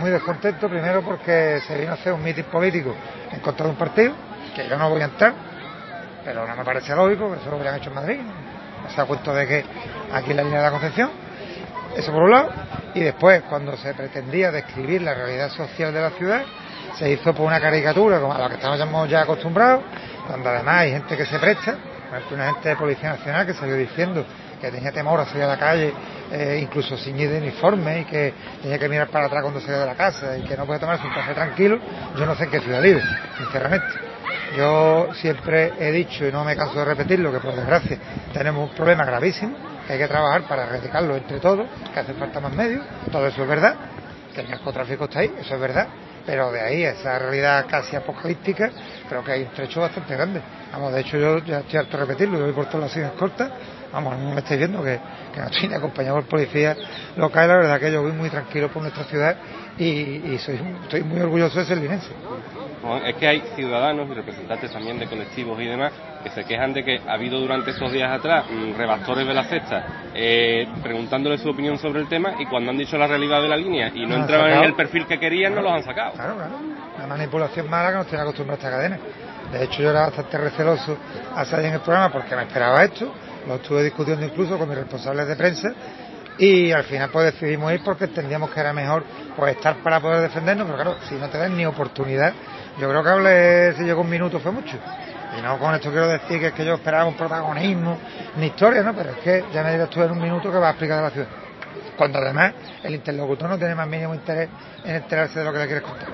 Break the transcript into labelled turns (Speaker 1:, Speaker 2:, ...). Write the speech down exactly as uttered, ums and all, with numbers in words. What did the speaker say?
Speaker 1: muy descontento, primero porque se vino a hacer un mitin político en contra de un partido, que yo no voy a entrar, pero no me parece lógico, que eso lo hubieran hecho en Madrid, no se da cuenta de que aquí en la línea de la Concepción, eso por un lado, y después cuando se pretendía describir la realidad social de la ciudad, se hizo por una caricatura como a la que estamos ya acostumbrados, donde además hay gente que se presta, por ejemplo una gente de Policía Nacional que salió diciendo que tenía temor a salir a la calle, eh, incluso sin ir de uniforme, y que tenía que mirar para atrás cuando salía de la casa, y que no puede tomarse un café tranquilo. Yo no sé en qué ciudad vive, sinceramente. Yo siempre he dicho, y no me canso de repetirlo, que por desgracia tenemos un problema gravísimo, que hay que trabajar para erradicarlo entre todos, que hace falta más medios, todo eso es verdad, que el narcotráfico está ahí, eso es verdad, pero de ahí a esa realidad casi apocalíptica, creo que hay un trecho bastante grande. Vamos, de hecho yo ya estoy harto de repetirlo, yo voy por todas las líneas cortas, vamos, no me estáis viendo que, que no estoy ni acompañado por policía local, la verdad que yo voy muy tranquilo por nuestra ciudad y, y soy, estoy muy orgulloso de ser linense.
Speaker 2: Es que hay ciudadanos y representantes también de colectivos y demás que se quejan de que ha habido durante esos días atrás rebastores de la cesta eh, preguntándole su opinión sobre el tema, y cuando han dicho la realidad de la línea y no entraban en el perfil que querían, claro, no los han sacado.
Speaker 1: Claro, claro. Una manipulación mala que nos tiene acostumbrados a esta cadena. De hecho yo era bastante receloso a salir en el programa porque me esperaba esto, lo estuve discutiendo incluso con mis responsables de prensa, y al final pues decidimos ir porque entendíamos que era mejor pues estar para poder defendernos, pero claro, si no te dan ni oportunidad, yo creo que hablé, si llegó un minuto fue mucho, y no con esto quiero decir que es que yo esperaba un protagonismo ni historia, no, pero es que ya me dirás tú en un minuto que vas a explicar de la ciudad, cuando además el interlocutor no tiene más mínimo interés en enterarse de lo que le quieres contar.